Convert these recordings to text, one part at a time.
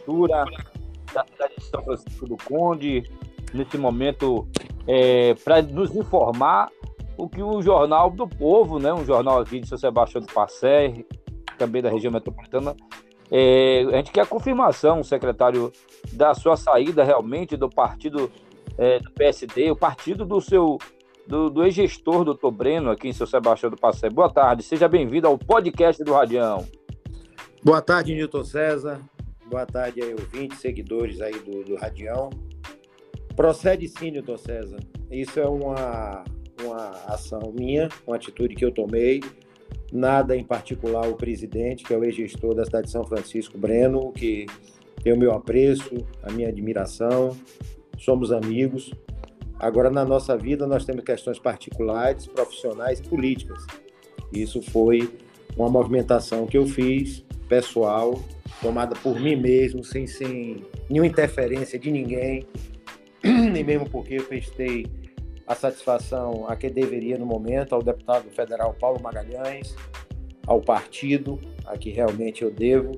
infraestrutura da cidade de São Francisco do Conde, nesse momento, para nos informar o que o Jornal do Povo, né, um jornal aqui de São Sebastião do Passé, também da região metropolitana, a gente quer a confirmação, secretário, da sua saída realmente do partido do PSD, o partido do ex-gestor, doutor Breno, aqui em São Sebastião do Passé. Boa tarde, seja bem-vindo ao podcast do Radião. Boa tarde, Nilton César. Boa tarde aí, ouvintes, seguidores aí do Radião. Procede sim, Nilton César. Isso é uma ação minha, uma atitude que eu tomei. Nada em particular o presidente, que é o ex-gestor da cidade de São Francisco, Breno, que tem o meu apreço, a minha admiração, somos amigos. Agora, na nossa vida, nós temos questões particulares, profissionais e políticas. Isso foi uma movimentação que eu fiz, pessoal, tomada por mim mesmo, sem nenhuma interferência de ninguém, nem mesmo porque eu prestei a satisfação a que deveria no momento, ao deputado federal Paulo Magalhães, ao partido, a que realmente eu devo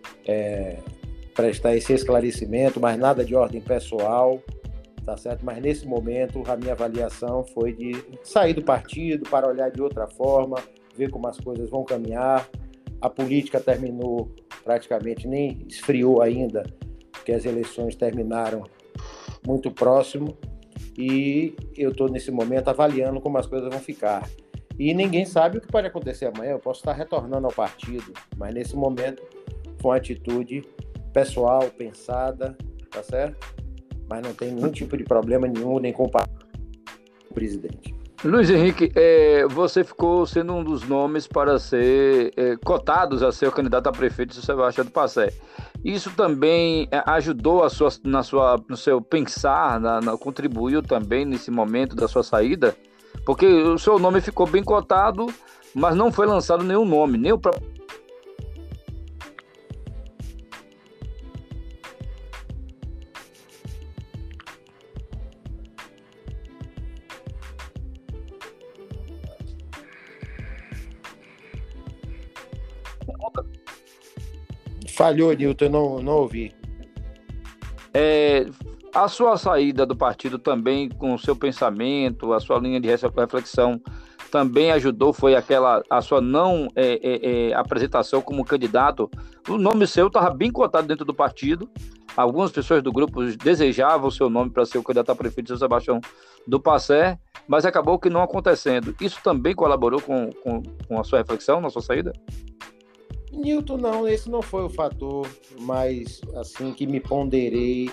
prestar esse esclarecimento, mas nada de ordem pessoal, tá certo? Mas nesse momento a minha avaliação foi de sair do partido para olhar de outra forma, ver como as coisas vão caminhar. A política terminou praticamente, nem esfriou ainda, porque as eleições terminaram muito próximo, e eu estou nesse momento avaliando como as coisas vão ficar. E ninguém sabe o que pode acontecer amanhã, eu posso estar retornando ao partido, mas nesse momento foi uma atitude pessoal, pensada, tá certo? Mas não tem nenhum tipo de problema nenhum, nem com o presidente. Luiz Henrique, você ficou sendo um dos nomes para ser cotados a ser o candidato a prefeito de São Sebastião do Passé. Isso também ajudou no seu pensar, contribuiu também nesse momento da sua saída? Porque o seu nome ficou bem cotado, mas não foi lançado nenhum nome, nem o próprio... Falhou, Nilton, eu não ouvi. A sua saída do partido também, com o seu pensamento, a sua linha de reflexão, também ajudou, foi a sua não apresentação como candidato. O nome seu estava bem cotado dentro do partido, algumas pessoas do grupo desejavam o seu nome para ser o candidato a prefeito de São Sebastião do Passé, mas acabou que não acontecendo. Isso também colaborou com a sua reflexão na sua saída? Nilton, não, esse não foi o fator mais assim que me ponderei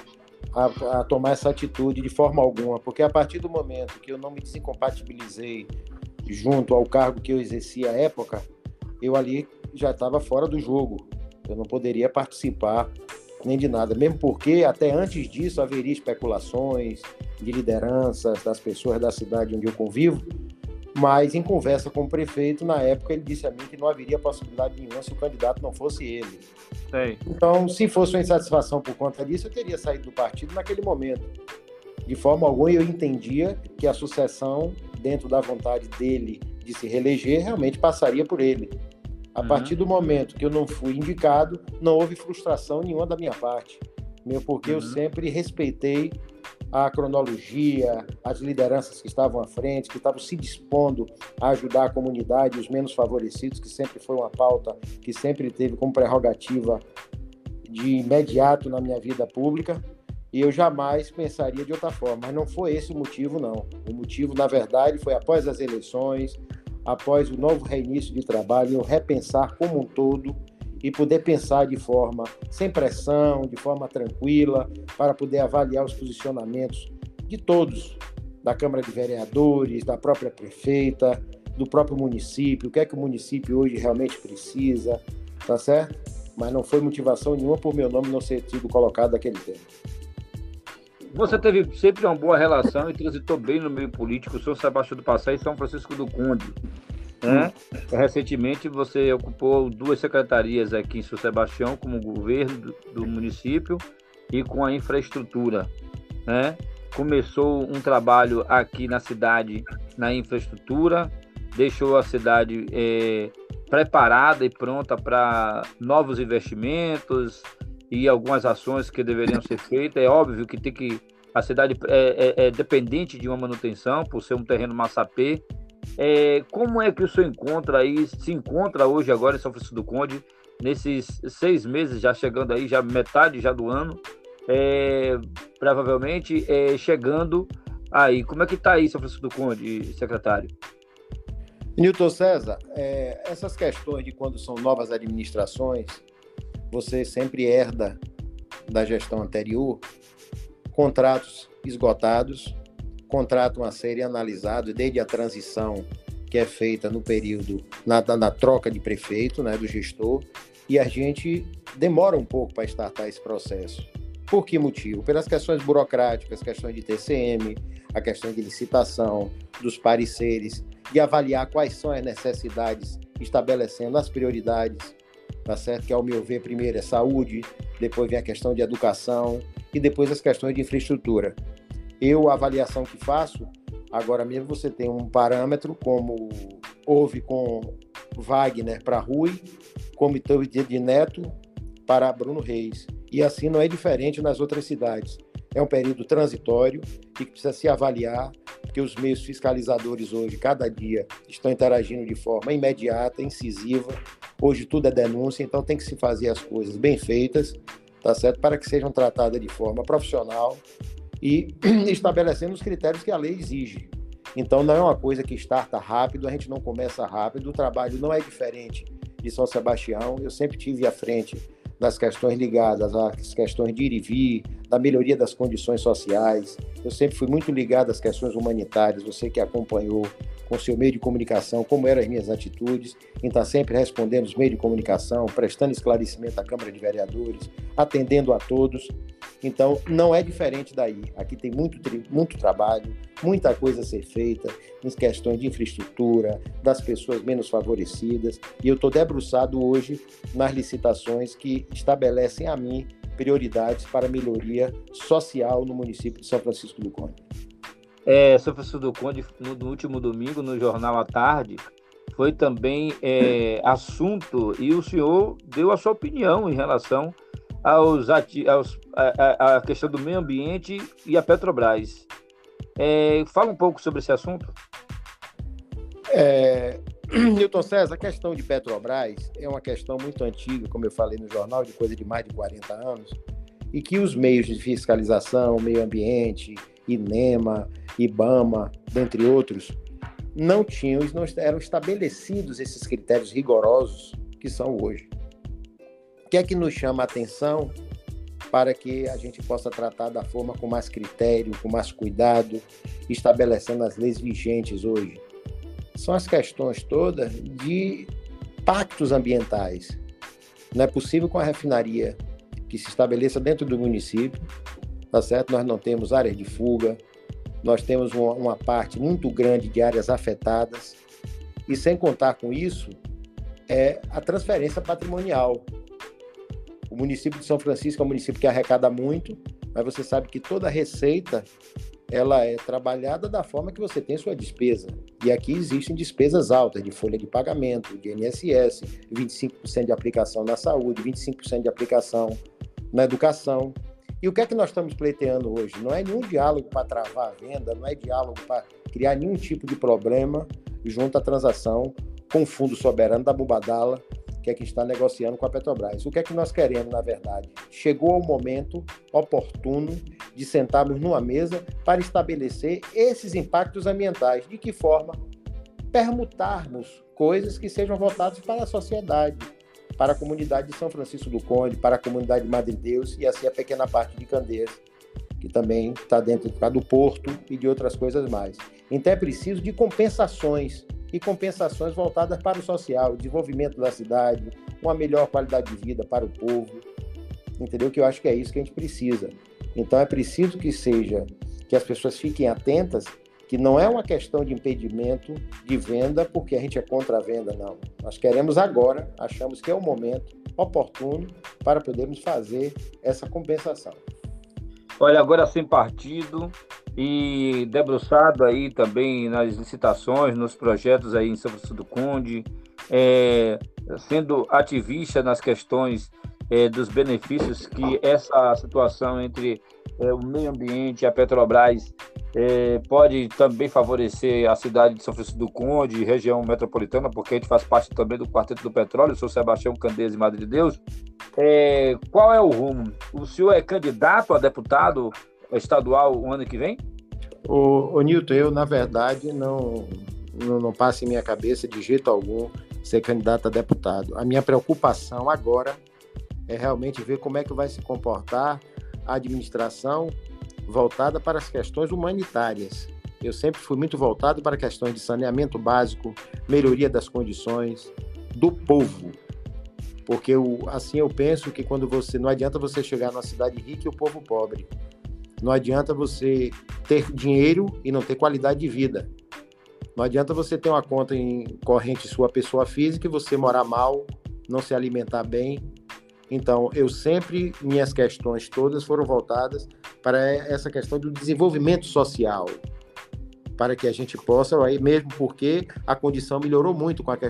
a tomar essa atitude de forma alguma, porque a partir do momento que eu não me desincompatibilizei junto ao cargo que eu exercia à época, eu ali já estava fora do jogo, eu não poderia participar nem de nada, mesmo porque até antes disso haveria especulações de lideranças das pessoas da cidade onde eu convivo, mas em conversa com o prefeito, na época, ele disse a mim que não haveria possibilidade nenhuma se o candidato não fosse ele. Sim. Então, se fosse uma insatisfação por conta disso, eu teria saído do partido naquele momento. De forma alguma, eu entendia que a sucessão, dentro da vontade dele de se reeleger, realmente passaria por ele. A partir do momento que eu não fui indicado, não houve frustração nenhuma da minha parte, mesmo porque eu sempre respeitei a cronologia, as lideranças que estavam à frente, que estavam se dispondo a ajudar a comunidade, os menos favorecidos, que sempre foi uma pauta que sempre teve como prerrogativa de imediato na minha vida pública, e eu jamais pensaria de outra forma, mas não foi esse o motivo, não. O motivo, na verdade, foi após as eleições, após o novo reinício de trabalho, eu repensar como um todo e poder pensar de forma sem pressão, de forma tranquila, para poder avaliar os posicionamentos de todos, da Câmara de Vereadores, da própria prefeita, do próprio município, o que é que o município hoje realmente precisa, tá certo? Mas não foi motivação nenhuma por meu nome não ser sido colocado naquele tempo. Você teve sempre uma boa relação e transitou bem no meio político, São Sebastião do Passé e São Francisco do Conde. Recentemente você ocupou 2 secretarias aqui em São Sebastião, como governo do município e com a infraestrutura, né? Começou um trabalho aqui na cidade, na infraestrutura, deixou a cidade preparada e pronta para novos investimentos e algumas ações que deveriam ser feitas. É óbvio que a cidade é dependente de uma manutenção, por ser um terreno massapê. Como é que o senhor se encontra hoje agora em São Francisco do Conde, nesses 6 meses, já chegando aí, já metade já do ano, provavelmente chegando aí. Como é que está aí São Francisco do Conde, secretário? Newton César, essas questões de quando são novas administrações, você sempre herda da gestão anterior contratos esgotados, contrato a serem analisados desde a transição que é feita no período, na troca de prefeito, né, do gestor, e a gente demora um pouco para startar esse processo. Por que motivo? Pelas questões burocráticas, questões de TCM, a questão de licitação, dos pareceres, de avaliar quais são as necessidades, estabelecendo as prioridades, tá certo? Que, ao meu ver, primeiro é saúde, depois vem a questão de educação e depois as questões de infraestrutura. A avaliação que faço, agora mesmo você tem um parâmetro, como houve com Wagner para Rui, como teve de Neto para Bruno Reis. E assim não é diferente nas outras cidades. É um período transitório e que precisa se avaliar, porque os meios fiscalizadores hoje, cada dia, estão interagindo de forma imediata, incisiva. Hoje tudo é denúncia, então tem que se fazer as coisas bem feitas, tá certo? Para que sejam tratadas de forma profissional e estabelecendo os critérios que a lei exige. Então não é uma coisa que starta rápido, a gente não começa rápido, o trabalho não é diferente de São Sebastião. Eu sempre tive à frente das questões ligadas às questões de ir e vir, da melhoria das condições sociais. Eu sempre fui muito ligado às questões humanitárias, você que acompanhou com seu meio de comunicação, como eram as minhas atitudes, em estar sempre respondendo os meios de comunicação, prestando esclarecimento à Câmara de Vereadores, atendendo a todos. Então, não é diferente daí. Aqui tem muito trabalho, muita coisa a ser feita em questões de infraestrutura, das pessoas menos favorecidas, e eu estou debruçado hoje nas licitações que estabelecem a mim prioridades para a melhoria social no município de São Francisco do Conde. São Francisco do Conde, no último domingo, no Jornal à Tarde, foi também assunto, e o senhor deu a sua opinião em relação à questão do meio ambiente e a Petrobras. Fala um pouco sobre esse assunto. Newton César, a questão de Petrobras é uma questão muito antiga, como eu falei no jornal, de coisa de mais de 40 anos, e que os meios de fiscalização, meio ambiente, INEMA, IBAMA, dentre outros, não eram estabelecidos esses critérios rigorosos que são hoje. O que é que nos chama a atenção para que a gente possa tratar da forma com mais critério, com mais cuidado, estabelecendo as leis vigentes hoje? São as questões todas de pactos ambientais. Não é possível com a refinaria que se estabeleça dentro do município, tá certo? Nós não temos áreas de fuga, nós temos uma parte muito grande de áreas afetadas, e sem contar com isso, a transferência patrimonial. O município de São Francisco é um município que arrecada muito, mas você sabe que toda a receita ela é trabalhada da forma que você tem sua despesa. E aqui existem despesas altas de folha de pagamento, de INSS, 25% de aplicação na saúde, 25% de aplicação na educação. E o que é que nós estamos pleiteando hoje? Não é nenhum diálogo para travar a venda, não é diálogo para criar nenhum tipo de problema junto à transação com o Fundo Soberano da Mubadala, que é que está negociando com a Petrobras. O que é que nós queremos, na verdade? Chegou o momento oportuno de sentarmos numa mesa para estabelecer esses impactos ambientais. De que forma? Permutarmos coisas que sejam votadas para a sociedade, para a comunidade de São Francisco do Conde, para a comunidade de Madre Deus e assim a pequena parte de Candeias, que também está dentro do Porto e de outras coisas mais. Então é preciso de compensações, e compensações voltadas para o social, o desenvolvimento da cidade, uma melhor qualidade de vida para o povo, entendeu? Que eu acho que é isso que a gente precisa. Então é preciso que as pessoas fiquem atentas, que não é uma questão de impedimento de venda, porque a gente é contra a venda, não. Nós queremos agora, achamos que é o momento oportuno para podermos fazer essa compensação. Olha, agora sem partido e debruçado aí também nas licitações, nos projetos aí em São Francisco do Conde, sendo ativista nas questões dos benefícios que essa situação entre o meio ambiente e a Petrobras pode também favorecer a cidade de São Francisco do Conde, região metropolitana, porque a gente faz parte também do Quarteto do Petróleo, sou Sebastião Candeias e Madre de Deus. Qual é o rumo? O senhor é candidato a deputado estadual o ano que vem? Ô Nilton, eu, na verdade, não passa em minha cabeça de jeito algum ser candidato a deputado. A minha preocupação agora é realmente ver como é que vai se comportar a administração voltada para as questões humanitárias. Eu sempre fui muito voltado para questões de saneamento básico, melhoria das condições do povo. Porque assim eu penso que não adianta você chegar numa cidade rica e o povo pobre. Não adianta você ter dinheiro e não ter qualidade de vida. Não adianta você ter uma conta em corrente sua pessoa física e você morar mal, não se alimentar bem. Então, minhas questões todas foram voltadas para essa questão do desenvolvimento social, para que a gente possa, mesmo porque a condição piorou muito com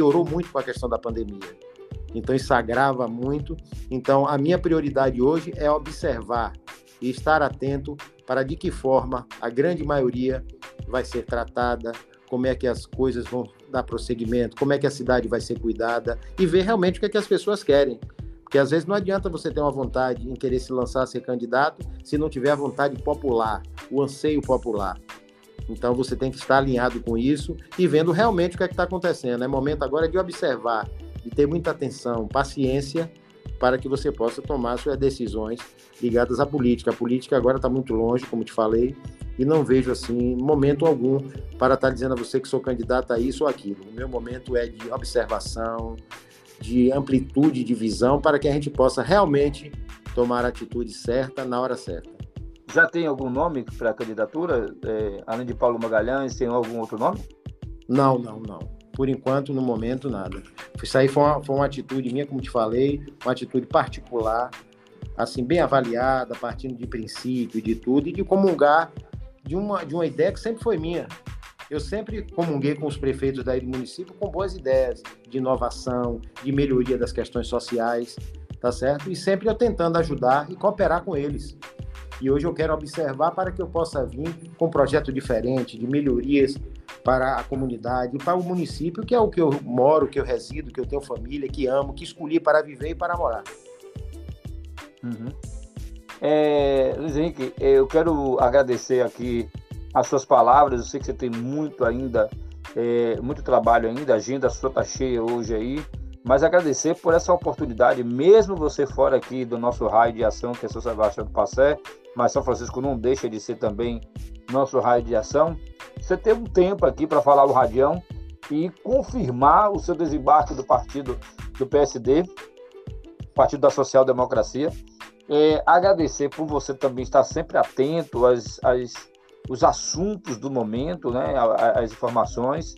a questão da pandemia. Então, isso agrava muito. Então, a minha prioridade hoje é observar e estar atento para de que forma a grande maioria vai ser tratada, como é que as coisas vão dar prosseguimento, como é que a cidade vai ser cuidada e ver realmente o que é que as pessoas querem. Porque às vezes não adianta você ter uma vontade em querer se lançar a ser candidato se não tiver a vontade popular, o anseio popular. Então você tem que estar alinhado com isso e vendo realmente o que é que está acontecendo. É momento agora de observar, de ter muita atenção, paciência, para que você possa tomar suas decisões ligadas à política. A política agora está muito longe, como te falei, e não vejo assim momento algum para estar dizendo a você que sou candidato a isso ou aquilo. O meu momento é de observação, de amplitude de visão, para que a gente possa realmente tomar a atitude certa na hora certa. Já tem algum nome para a candidatura? Além de Paulo Magalhães, tem algum outro nome? Não. Por enquanto, no momento, nada. Isso aí foi uma atitude minha, como te falei, uma atitude particular, assim, bem avaliada, partindo de princípio, de tudo, e de comungar de uma ideia que sempre foi minha. Eu sempre comunguei com os prefeitos daí do município com boas ideias de inovação, de melhoria das questões sociais, tá certo? E sempre eu tentando ajudar e cooperar com eles. E hoje eu quero observar para que eu possa vir com um projeto diferente, de melhorias para a comunidade, para o município, que é o que eu moro, que eu resido, que eu tenho família, que amo, que escolhi para viver e para morar. Uhum. Luiz Henrique, eu quero agradecer aqui as suas palavras. Eu sei que você tem muito ainda, muito trabalho ainda, a agenda sua está cheia hoje aí, mas agradecer por essa oportunidade, mesmo você fora aqui do nosso raio de ação, que é São Sebastião do Passé, mas São Francisco não deixa de ser também nosso raio de ação. Você teve um tempo aqui para falar o Radião e confirmar o seu desembarque do partido do PSD, Partido da Social Democracia. Agradecer por você também estar sempre atento os assuntos do momento, né, as informações,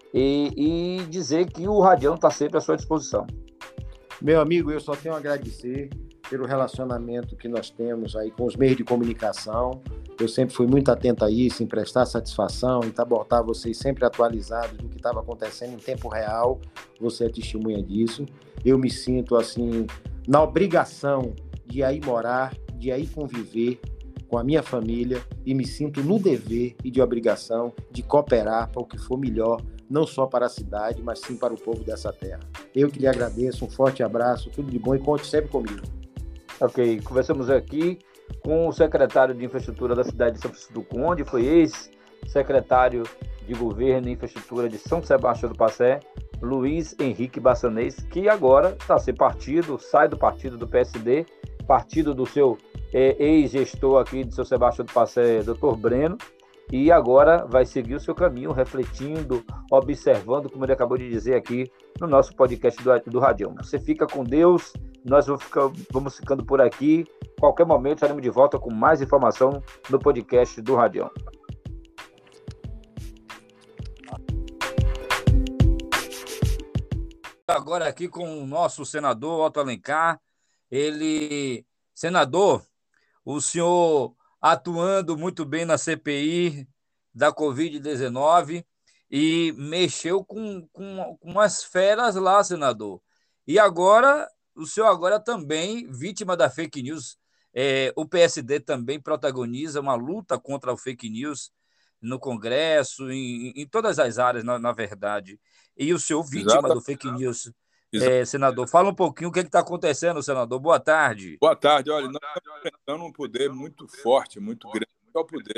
e dizer que o Radião está sempre à sua disposição. Meu amigo, eu só tenho a agradecer pelo relacionamento que nós temos aí com os meios de comunicação. Eu sempre fui muito atento a isso, em prestar satisfação, em botar vocês sempre atualizados do que estava acontecendo em tempo real. Você é testemunha disso. Eu me sinto, assim, na obrigação de aí morar, de aí conviver com a minha família, e me sinto no dever e de obrigação de cooperar para o que for melhor, não só para a cidade, mas sim para o povo dessa terra. Eu que lhe agradeço, um forte abraço, tudo de bom e conte sempre comigo. Ok, conversamos aqui com o secretário de Infraestrutura da cidade de São Francisco do Conde, foi ex-secretário de Governo e Infraestrutura de São Sebastião do Passé, Luiz Henrique Bassanês, que agora está sem partido, sai do partido do PSD, partido do seu ex-gestor aqui de São Sebastião do Passé, Dr. Breno, e agora vai seguir o seu caminho, refletindo, observando, como ele acabou de dizer aqui no nosso podcast do Radião. Você fica com Deus, nós vamos ficando por aqui. Qualquer momento estaremos de volta com mais informação no podcast do Radião. Agora aqui com o nosso senador Otto Alencar. Senador, o senhor atuando muito bem na CPI da Covid-19 e mexeu com as feras lá, senador. E agora o senhor agora também, vítima da fake news, o PSD também protagoniza uma luta contra o fake news no Congresso, em todas as áreas, na verdade. E o senhor, vítima Exata, do fake news, exa- senador, fala um pouquinho o que está acontecendo, senador. Boa tarde. Boa tarde. Olha, nós estamos enfrentando um poder muito forte, muito grande, que é o poder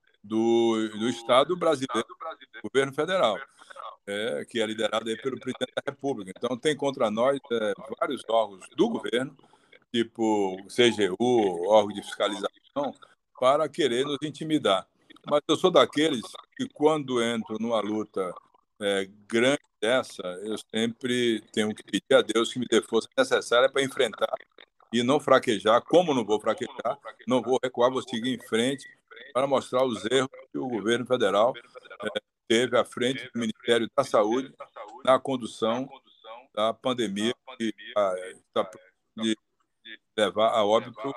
do Estado brasileiro, do governo federal, que é liderado aí pelo presidente da República. Então, tem contra nós vários órgãos do governo, tipo CGU, órgão de fiscalização, para querer nos intimidar. Mas eu sou daqueles que, quando entro numa luta grande dessa, eu sempre tenho que pedir a Deus que me dê força necessária para enfrentar e não fraquejar. Como não vou fraquejar, não vou recuar, vou seguir em frente para mostrar os erros que o governo federal teve à frente do Ministério da Saúde na condução da pandemia que está de levar a óbito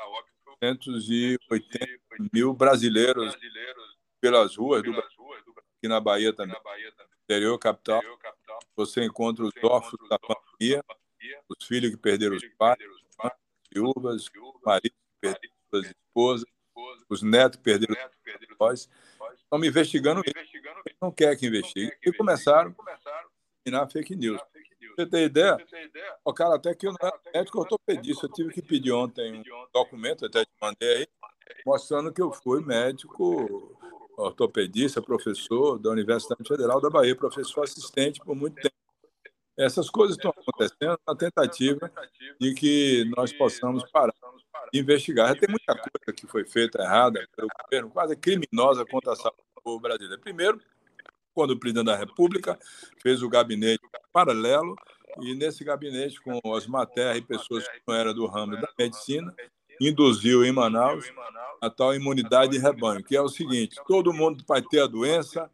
180 mil brasileiros pelas ruas do Brasil, aqui na Bahia também, interior capital. Você encontra os órfãos da pandemia, os filhos que perderam os pais, as viúvas, os maridos que perderam suas esposas, os netos que perderam os pais. Estão me investigando isso. Não quer que investigue. E começaram a minar fake news. Você tem ideia? O cara, até que eu não era médico ortopedista. Eu tive que pedir ontem um documento, até te mandei aí, mostrando que eu fui médico ortopedista, professor da Universidade Federal da Bahia, professor assistente por muito tempo. Essas coisas estão acontecendo na tentativa de que nós possamos parar de investigar. Já tem muita coisa que foi feita errada pelo governo, quase criminosa contra a saúde do povo brasileiro. Primeiro, quando o presidente da República fez o gabinete paralelo, e nesse gabinete, com Osmar Terra e pessoas que não eram do ramo da medicina, induziu em Manaus a tal imunidade de rebanho, que é o seguinte: todo mundo vai ter a doença,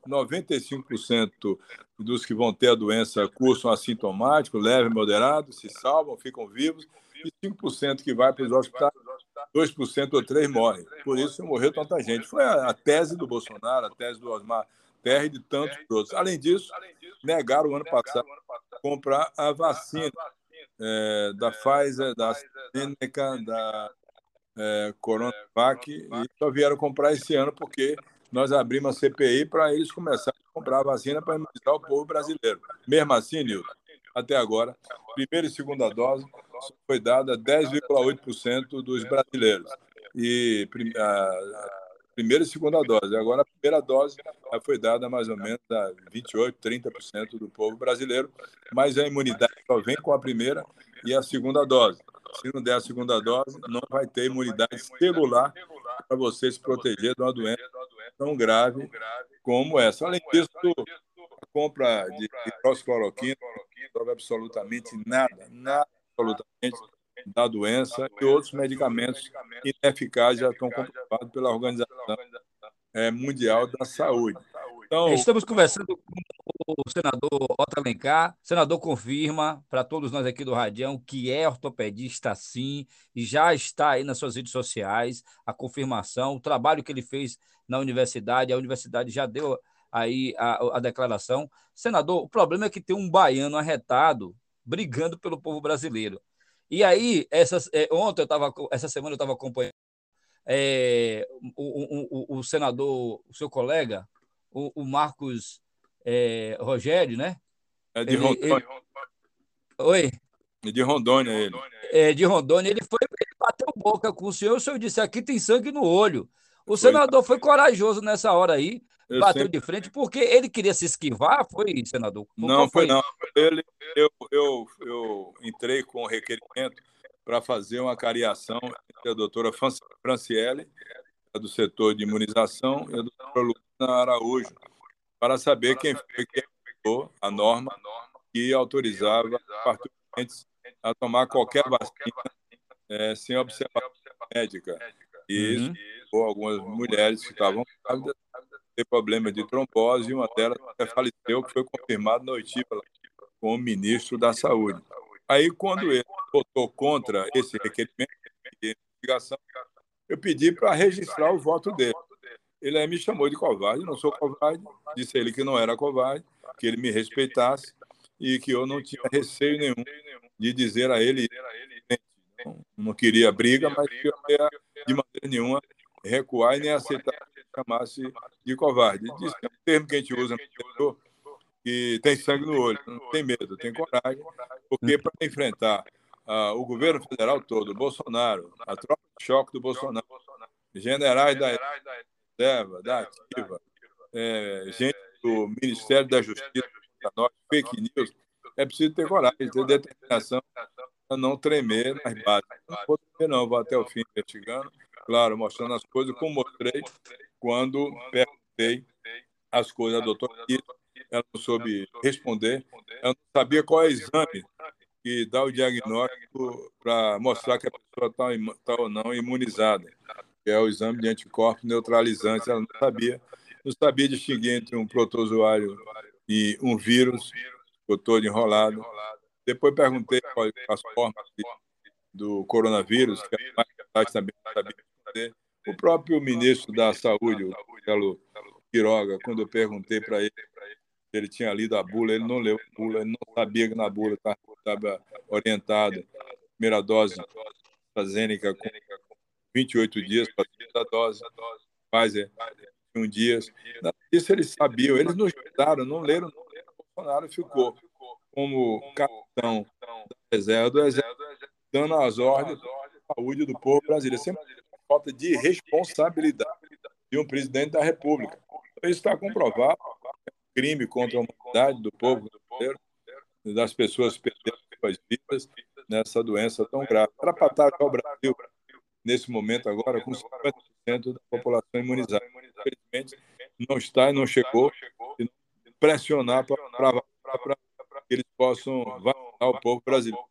95% dos que vão ter a doença cursam assintomático, leve e moderado, se salvam, ficam vivos, e 5% que vai para os hospitais, 2% ou 3% morrem. Por isso morreu tanta gente. Foi a tese do Bolsonaro, a tese do Osmar Terra e de tantos outros. Além disso, negaram o ano passado comprar a vacina da Pfizer, da AstraZeneca, da Coronavac, e só vieram comprar esse ano porque nós abrimos a CPI para eles começarem a comprar a vacina para imunizar o povo brasileiro. Mesmo assim, Nilton, até agora, primeira e segunda dose só foi dada a 10,8% dos brasileiros. E a primeira e segunda dose. Agora, a primeira dose foi dada a mais ou menos a 28%, 30% do povo brasileiro, mas a imunidade só vem com a primeira e a segunda dose. Se não der a segunda dose, não vai ter imunidade celular para você se proteger de uma doença tão grave como essa. Além disso, a compra de hidroxicloroquina não resolve absolutamente nada absolutamente da doença, e outros medicamentos ineficazes já estão comprovados pela Organização Mundial da Saúde. Então, Estamos conversando com o senador Otto Alencar. O senador confirma para todos nós aqui do Radião que é ortopedista, sim, e já está aí nas suas redes sociais a confirmação, o trabalho que ele fez na universidade, a universidade já deu aí a declaração. Senador, o problema é que tem um baiano arretado brigando pelo povo brasileiro. E aí, essa semana eu estava acompanhando o senador, o seu colega, o Marcos Rogério, né? é de Rondônia. Oi? É de Rondônia ele. De Rondônia, ele bateu boca com o senhor disse, aqui tem sangue no olho. O Foi, senador foi corajoso nessa hora aí, eu bateu sempre... de frente, porque ele queria se esquivar, foi, senador? Não, foi não. Eu entrei com o requerimento para fazer uma cariação entre a doutora Franciele, do setor de imunização, e a doutora Luana Araújo, para saber quem foi que aplicou a norma que autorizava participantes a tomar qualquer vacina sem observação médica. E isso levou algumas mulheres que estavam grávidas a ter problema de trombose, e uma delas até faleceu, que foi confirmado na oitiva com o ministro da Saúde. Aí, quando ele votou contra esse requerimento de investigação, eu pedi para registrar o voto dele. Ele aí me chamou de covarde. Eu não sou covarde, disse ele que não era covarde, que ele me respeitasse e que eu não tinha receio nenhum de dizer a ele, não queria briga, mas queria, de maneira nenhuma, recuar e nem aceitar que chamasse de covarde. Diz que é um termo que a gente usa no interior, que tem sangue no olho, não tem medo, tem coragem, porque para enfrentar o governo federal todo, o Bolsonaro, a tropa de choque do Bolsonaro, generais da reserva, da ativa, gente do Ministério da Justiça, fake news, é preciso ter coragem, ter determinação para não tremer nas bases. Não vou tremer, não, vou até o fim investigando, claro, mostrando as coisas, como mostrei quando perguntei as coisas à doutora Rita, ela não soube responder, ela não sabia qual é o exame que dá o diagnóstico para mostrar que a pessoa está ou não imunizada, que é o exame de anticorpos neutralizantes. Ela não sabia distinguir entre um protozoário e um vírus, ficou todo enrolado. Depois perguntei quais as formas do coronavírus, que a mais também não sabia responder. O próprio ministro da Saúde, o Marcelo Quiroga, quando eu perguntei para ele se ele tinha lido a bula, ele não leu a bula, ele não sabia que na bula estava orientado primeira dose AstraZeneca com 28 dias para a segunda dose, Pfizer 21 dias. Isso eles sabiam, eles não estudaram, não leram. O Bolsonaro ficou como capitão da reserva do Exército, dando as ordens para a saúde do povo brasileiro. Sempre uma falta de responsabilidade de um presidente da República. Isso está comprovado. Crime contra a humanidade do povo brasileiro, das pessoas perdendo suas vidas nessa doença tão grave. Era para estar o Brasil, nesse momento agora, com 50% da população imunizada. Infelizmente, não está e não chegou. E pressionar para que eles possam vacinar o povo brasileiro.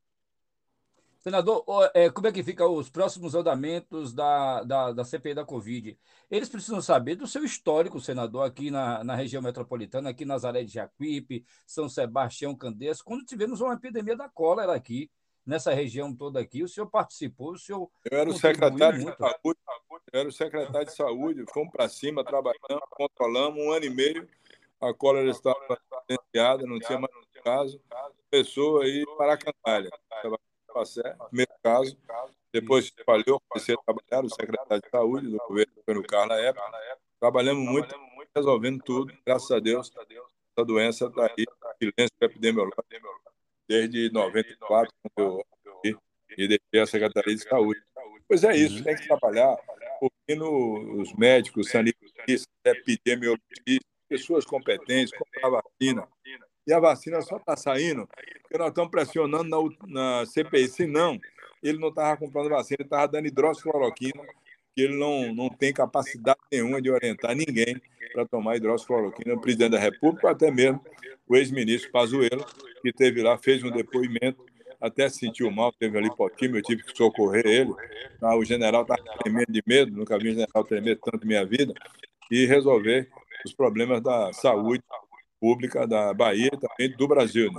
Senador, como é que ficam os próximos andamentos da CPI da Covid? Eles precisam saber do seu histórico, senador, aqui na região metropolitana, aqui Nazaré de Jacuípe, São Sebastião, Candeias, quando tivemos uma epidemia da cólera aqui, nessa região toda aqui, o senhor participou, o senhor Eu era o secretário muito. Eu era o secretário de saúde, fomos para cima, trabalhamos, controlamos 1 ano e meio, a cólera estava silenciada, não tinha mais caso, pessoa aí para a canalha. Primeiro caso, depois se espalhou, comecei a trabalhar, o secretário de saúde do governo do Carlos na época, trabalhamos muito, resolvendo tudo, graças a Deus, essa doença está aí, silêncio epidemiológico, desde 94, quando eu e deixei a Secretaria de Saúde. Pois é isso, tem que trabalhar, ouvindo os médicos, sanitários, epidemiologistas, pessoas competentes, comprar vacina. E a vacina só está saindo porque nós estamos pressionando na CPI. Se não, ele não estava comprando vacina, ele estava dando hidroxicloroquina, que ele não tem capacidade nenhuma de orientar ninguém para tomar hidroxicloroquina. O presidente da República, até mesmo o ex-ministro Pazuello, que esteve lá, fez um depoimento, até se sentiu mal, teve ali hipotímia, eu tive que socorrer ele. O general estava tremendo de medo, nunca vi um general tremer tanto em minha vida, e resolver os problemas da saúde pública da Bahia e também do Brasil.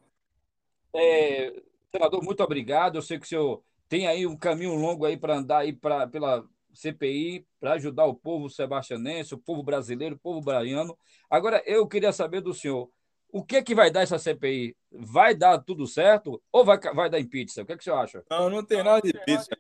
Senador, muito obrigado. Eu sei que o senhor tem aí um caminho longo aí para andar aí pela CPI, para ajudar o povo sebastianense, o povo brasileiro, o povo baiano. Agora, eu queria saber do senhor, o que é que vai dar essa CPI? Vai dar tudo certo ou vai dar impeachment? O que é que o senhor acha? Não tem nada de impeachment.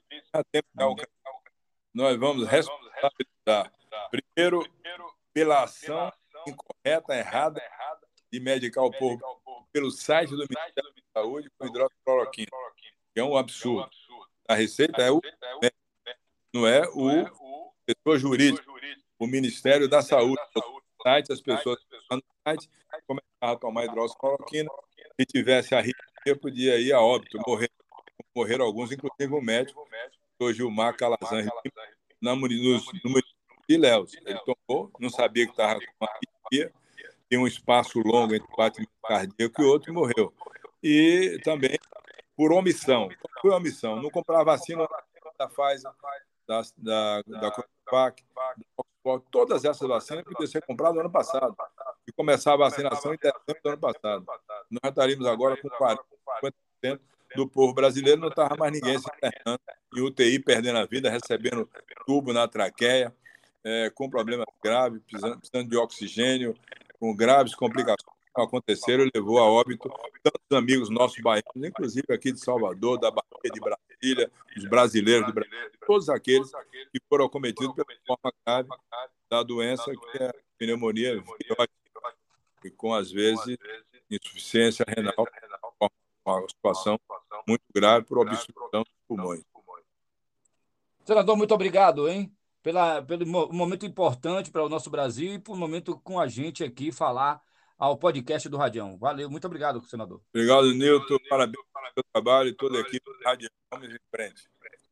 Nós vamos responsabilizar, primeiro, pela ação incorreta, errada, de medicar o povo pelo site do Ministério da Saúde com hidroxicloroquina, que é um absurdo. A receita é não é o setor jurídico, o Ministério da Saúde. No site, as pessoas no site começaram a tomar hidroxicloroquina. Se tivesse arritmia, podia ir a óbito, morreram alguns, inclusive o médico, o Gilmar Calazan, no município de Ilhéus. Ele tomou, não sabia que estava com arritmia, tem um espaço longo entre o batimento cardíaco e o outro e morreu. E também por omissão. Qual foi a omissão? Não comprar vacina da Pfizer, da Coronavac, da Oxford. Todas essas vacinas podiam ser compradas no ano passado. E começar a vacinação em dezembro do ano passado. Nós estaríamos agora com 40% do povo brasileiro, não estava mais ninguém se internando em UTI, perdendo a vida, recebendo tubo na traqueia, com problemas graves, precisando de oxigênio, com graves complicações. aconteceram e levou a óbito tantos amigos nossos baianos, inclusive aqui de Salvador, da Bahia, de Brasília, os brasileiros do Brasil, todos aqueles que foram acometidos pela forma grave da doença, que é a pneumonia virótica, e com, às vezes, insuficiência renal, uma situação muito grave por obstrução dos pulmões. Senador, muito obrigado, hein? Pelo momento importante para o nosso Brasil e por momento com a gente aqui falar ao podcast do Radião. Valeu, muito obrigado, senador. Obrigado, Nilton. Parabéns pelo seu trabalho e toda a equipe do Radião. Vamos em frente.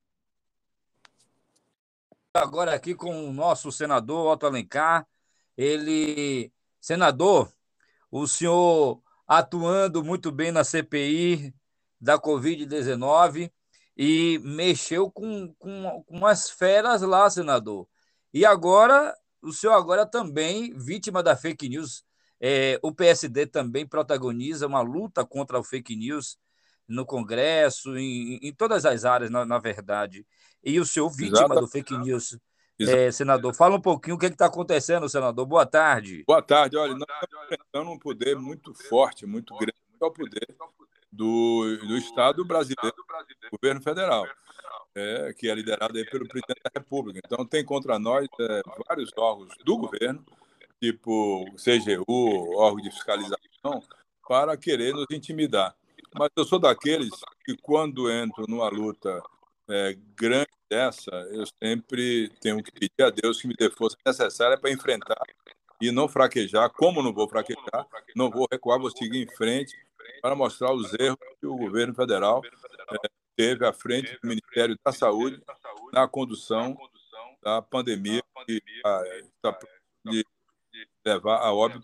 Agora aqui com o nosso senador Otto Alencar. Senador, o senhor atuando muito bem na CPI da Covid-19 e mexeu com as feras lá, senador. E agora, o senhor agora também, vítima da fake news, o PSD também protagoniza uma luta contra o fake news no Congresso, em todas as áreas, na verdade. E o senhor, vítima do fake news, senador, fala um pouquinho o que está acontecendo, senador. Boa tarde. Boa tarde. Olha, nós estamos enfrentando um poder muito forte, muito grande, que é o poder do Estado brasileiro, do governo federal, que é liderado aí pelo presidente da República. Então, tem contra nós vários órgãos do governo, tipo CGU, órgão de fiscalização, para querer nos intimidar. Mas eu sou daqueles que, quando entro numa luta grande dessa, eu sempre tenho que pedir a Deus que me dê força necessária para enfrentar e não fraquejar. Como não vou fraquejar, não vou recuar, vou seguir em frente para mostrar os erros que o governo federal teve à frente do Ministério da Saúde na condução da pandemia, que está de levar a óbito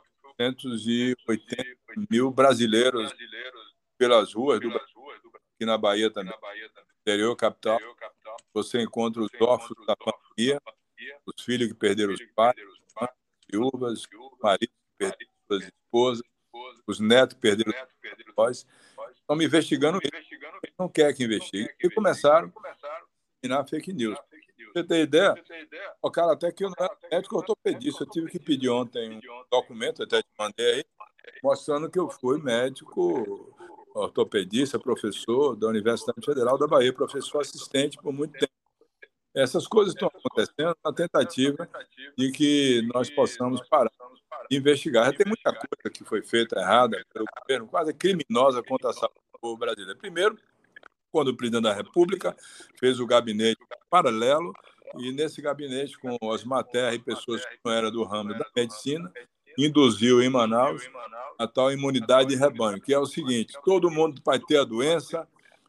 180 mil brasileiros pelas ruas do Brasil, aqui na Bahia também, interior capital. Você encontra os órfãos da pandemia, os filhos que perderam os pais, as viúvas, os maridos que perderam suas esposas, os netos que perderam os pais. Estão me investigando isso. Não quer que investigue. E começaram a ensinar fake news. Você tem ideia? O cara, até que eu não era médico ortopedista. Eu tive que pedir ontem um documento, até te mandei aí, mostrando que eu fui médico ortopedista, professor da Universidade Federal da Bahia, professor assistente por muito tempo. Essas coisas estão acontecendo na tentativa de que nós possamos parar de investigar. Já tem muita coisa que foi feita errada pelo governo, quase criminosa contra a saúde do povo brasileiro. Primeiro, quando o presidente da República fez o gabinete paralelo, e nesse gabinete, com Osmar Terra e pessoas que não eram do ramo da medicina, induziu em Manaus a tal imunidade de rebanho, que é o seguinte: todo mundo vai ter a doença,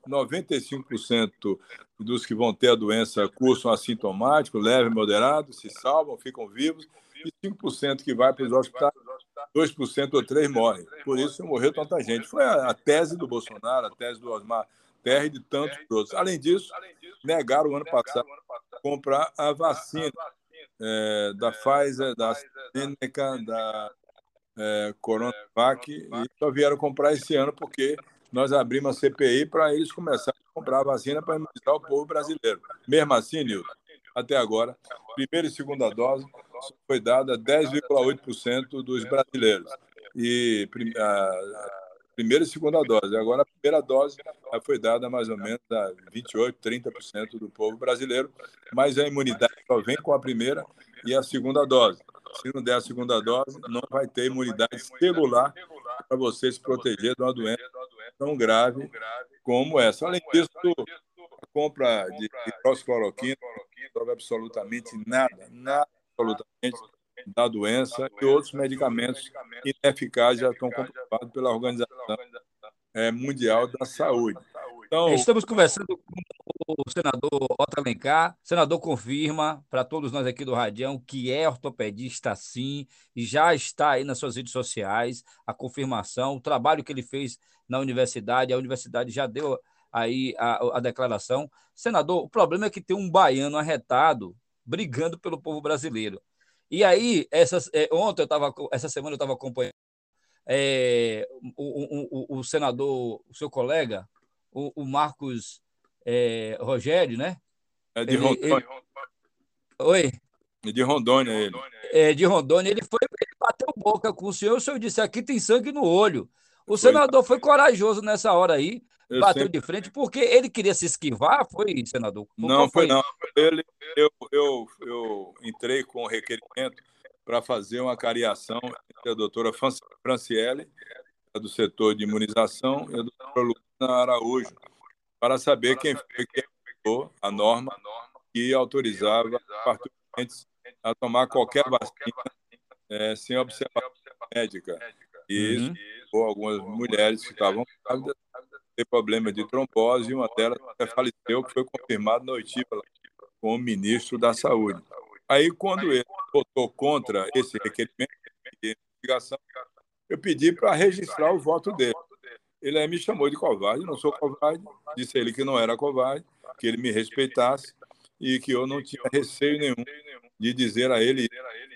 95% dos que vão ter a doença cursam assintomático, leve e moderado, se salvam, ficam vivos, e 5% que vai para os hospitais, 2% ou 3% morrem. Por isso morreu tanta gente. Foi a tese do Bolsonaro, a tese do Osmar Terra e de tantos outros. Além disso, negaram o ano passado comprar a vacina da Pfizer, da AstraZeneca, da Coronavac, e só vieram comprar esse ano porque nós abrimos a CPI para eles começarem a comprar a vacina para imunizar o povo brasileiro. Mesmo assim, Nilton, até agora, primeira e segunda dose só foi dada a 10,8% dos brasileiros. E a primeira e segunda dose. Agora, a primeira dose foi dada a mais ou menos a 28%, 30% do povo brasileiro, mas a imunidade só vem com a primeira e a segunda dose. Se não der a segunda dose, não vai ter imunidade celular para você se proteger de uma doença tão grave como essa. Além disso, a compra de hidroxicloroquina não resolve absolutamente nada, absolutamente, da doença, e outros medicamentos ineficazes já estão comprovados pela Organização Mundial da Saúde. Então, estamos conversando com o senador Otto Alencar. O senador confirma para todos nós aqui do Radião que é ortopedista, sim, e já está aí nas suas redes sociais a confirmação, o trabalho que ele fez na universidade, a universidade já deu aí a declaração. Senador, o problema é que tem um baiano arretado brigando pelo povo brasileiro. E aí, essa semana eu estava acompanhando o senador, o seu colega, o Marcos Rogério, né? De Rondônia. Oi? De Rondônia, ele. de Rondônia, ele bateu boca com o senhor disse, aqui tem sangue no olho. O Foi, senador foi corajoso nessa hora aí, eu bateu sempre... de frente, porque ele queria se esquivar, foi, senador? Qual Não, foi foi? não. Eu entrei com o requerimento para fazer uma cariação entre a doutora Franciele, do setor de imunização, e a doutora Luana Araújo, para saber quem foi que aplicou a norma que autorizava participantes a tomar qualquer vacina sem observação médica. E isso Uhum. ou algumas mulheres que estavam grávidas ter problema de trombose, e uma delas até faleceu, que foi confirmado na oitiva lá com o ministro da Saúde. Aí, quando ele votou contra esse requerimento de investigação, eu pedi para registrar o voto dele. Ele aí me chamou de covarde, eu não sou covarde, disse ele que não era covarde, que ele me respeitasse e que eu não tinha receio nenhum de dizer a ele,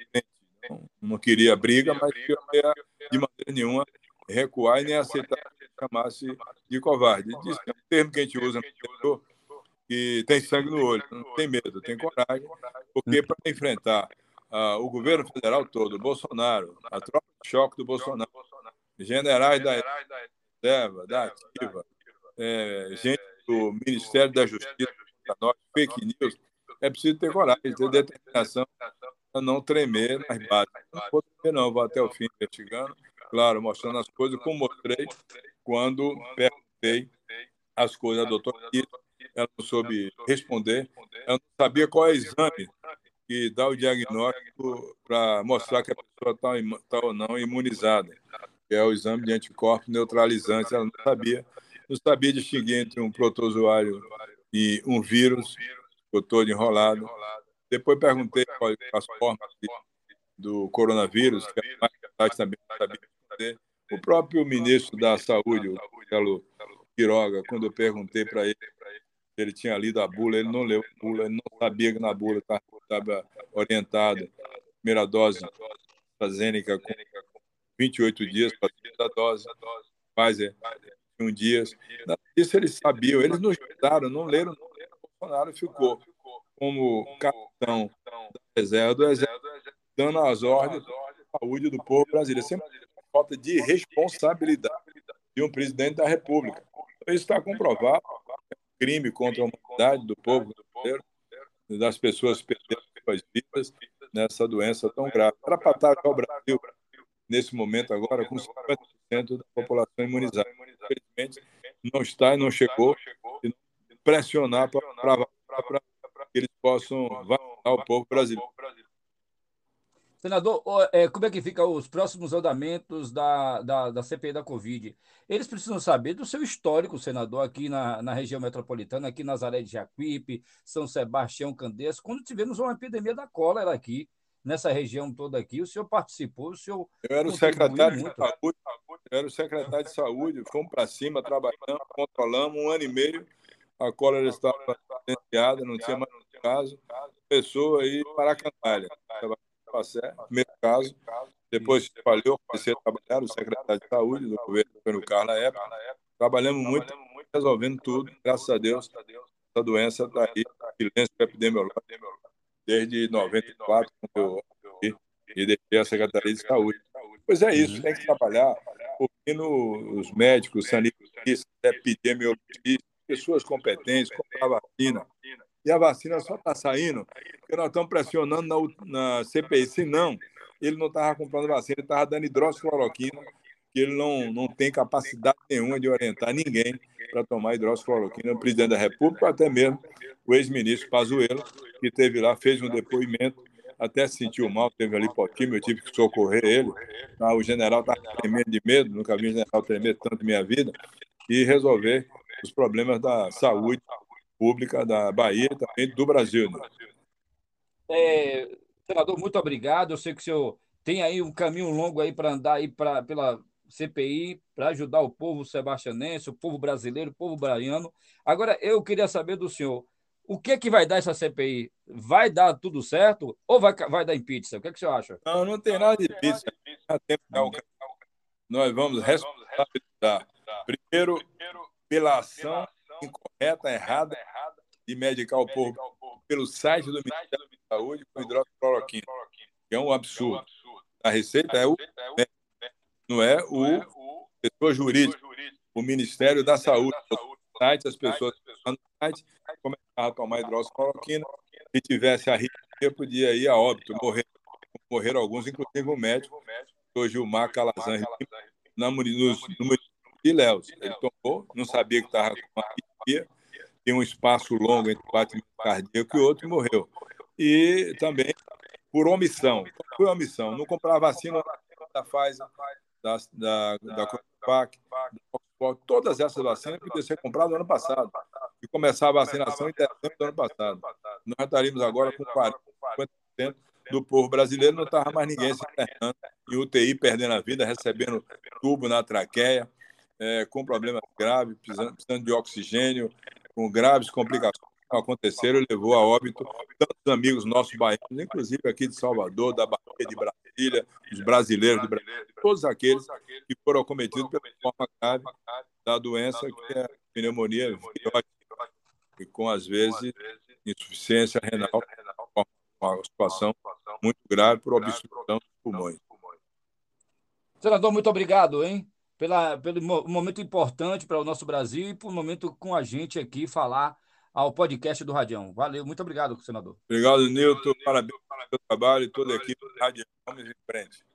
não queria briga, mas que eu ia, de maneira nenhuma, recuar e nem aceitar que ele chamasse de covarde. Disse que é um termo que a gente usa no interior, que tem sangue no olho, não tem medo, tem coragem, porque para enfrentar o governo federal todo, o Bolsonaro, a tropa de choque do Bolsonaro, generais da reserva, da ativa, gente do Ministério da Justiça, da nossa, fake news, é preciso ter coragem, ter determinação para não tremer nas bases. Não vou tremer, não, vou até o fim investigando, claro, mostrando as coisas, como mostrei quando perguntei as coisas à doutora Rita, ela não soube responder, ela não sabia qual é o exame que dá o diagnóstico para mostrar que a pessoa está ou não imunizada, que é o exame de anticorpos neutralizantes. Ela não sabia distinguir entre um protozoário e um vírus, ficou todo enrolado. Depois perguntei quais as formas do coronavírus, que a mais também não sabia responder. O próprio ministro da Saúde, o Marcelo Quiroga, quando eu perguntei para ele se ele tinha lido a bula, ele não leu a bula, ele não sabia que na bula estava orientado primeira dose da AstraZeneca com 28 dias para a segunda dose, Pfizer, 21 dias. Nada disso eles sabiam, eles não estudaram, não leram. O Bolsonaro ficou como capitão da reserva do Exército, dando as ordens para a saúde do povo brasileiro. Sempre uma falta de responsabilidade de um presidente da República. Então, isso está comprovado. Crime contra a humanidade do povo brasileiro, das pessoas perdendo suas vidas nessa doença tão grave. Era para estar o Brasil, nesse momento agora, com 50% da população imunizada. Infelizmente, não está e não chegou. E pressionar para que eles possam vacinar o povo brasileiro. Senador, como é que ficam os próximos andamentos da CPI da Covid? Eles precisam saber do seu histórico, senador, aqui na região metropolitana, aqui Nazaré de Jacuípe, São Sebastião, Candeias, quando tivemos uma epidemia da cólera aqui, nessa região toda aqui, o senhor participou, o senhor Eu era o contribuiu secretário de muito. saúde, fomos para cima, trabalhando, controlamos 1 ano e meio, a cólera estava silenciada, não tinha mais caso, pessoa aí para a canalha. Primeiro caso, depois se espalhou, comecei a trabalhar, o secretário de saúde do governo, foi no Carlos na época, trabalhamos muito, resolvendo tudo, graças a Deus, essa doença está aí, silêncio epidemiológico, desde 94, quando eu fui e deixei a Secretaria de Saúde. Pois é isso, tem que trabalhar, ouvindo os médicos, sanitistas, epidemiologistas, pessoas competentes, comprar vacina. E a vacina só está saindo porque nós estamos pressionando na CPI. Se não, ele não estava comprando vacina, ele estava dando hidroxicloroquina, que ele não tem capacidade nenhuma de orientar ninguém para tomar hidroxicloroquina. O presidente da República, ou até mesmo o ex-ministro Pazuello, que esteve lá, fez um depoimento, até se sentiu mal, teve ali hipotímia, eu tive que socorrer ele. O general estava tremendo de medo, nunca vi um general tremer tanto em minha vida, e resolver os problemas da saúde pública da Bahia e também do Brasil. Né? Senador, muito obrigado. Eu sei que o senhor tem aí um caminho longo aí para andar aí pela CPI, para ajudar o povo sebastianense, o povo brasileiro, o povo baiano. Agora, eu queria saber do senhor, o que é que vai dar essa CPI? Vai dar tudo certo ou vai dar impeachment? O que é que o senhor acha? Não tem nada de pizza. Nós vamos responsabilizar, primeiro, pela ação incorreta, errada, de medicar o povo pelo site do Ministério da Saúde com hidroxicloroquina, que que é um absurdo. A receita é o médico, não é o pessoa jurídica, o Ministério da Saúde. No site, as pessoas no site começaram a tomar hidroxicloroquina, se tivesse arritmia, podia ir a óbito, morreram alguns, inclusive o médico, o Gilmar Calazan, no município de Ilhéus. Ele tomou, não sabia que estava com arritmia, tinha um espaço longo entre o batimento cardíaco e o outro e morreu. E também por omissão. Qual foi a omissão? Não comprar vacina da Pfizer, da Coronavac, da Oxford, todas essas vacinas podiam ser compradas no ano passado. E começar a vacinação em dezembro do ano passado. Nós estaríamos agora com 40% do povo brasileiro, não estava mais ninguém se internando em UTI, perdendo a vida, recebendo tubo na traqueia, com problemas graves, precisando de oxigênio, com graves complicações que aconteceram e levou a óbito tantos amigos nossos baianos, inclusive aqui de Salvador, da Bahia, de Brasília, os brasileiros de Brasília, todos aqueles que foram acometidos pela forma grave da doença, que é a pneumonia virótica, e com, às vezes, insuficiência renal, uma situação muito grave por obstrução dos pulmões. Senador, muito obrigado, hein? Pelo momento importante para o nosso Brasil e por momento com a gente aqui falar ao podcast do Radião. Valeu, muito obrigado, senador. Obrigado, Nilton. Parabéns pelo seu trabalho e toda a equipe do Radião. Vamos em frente.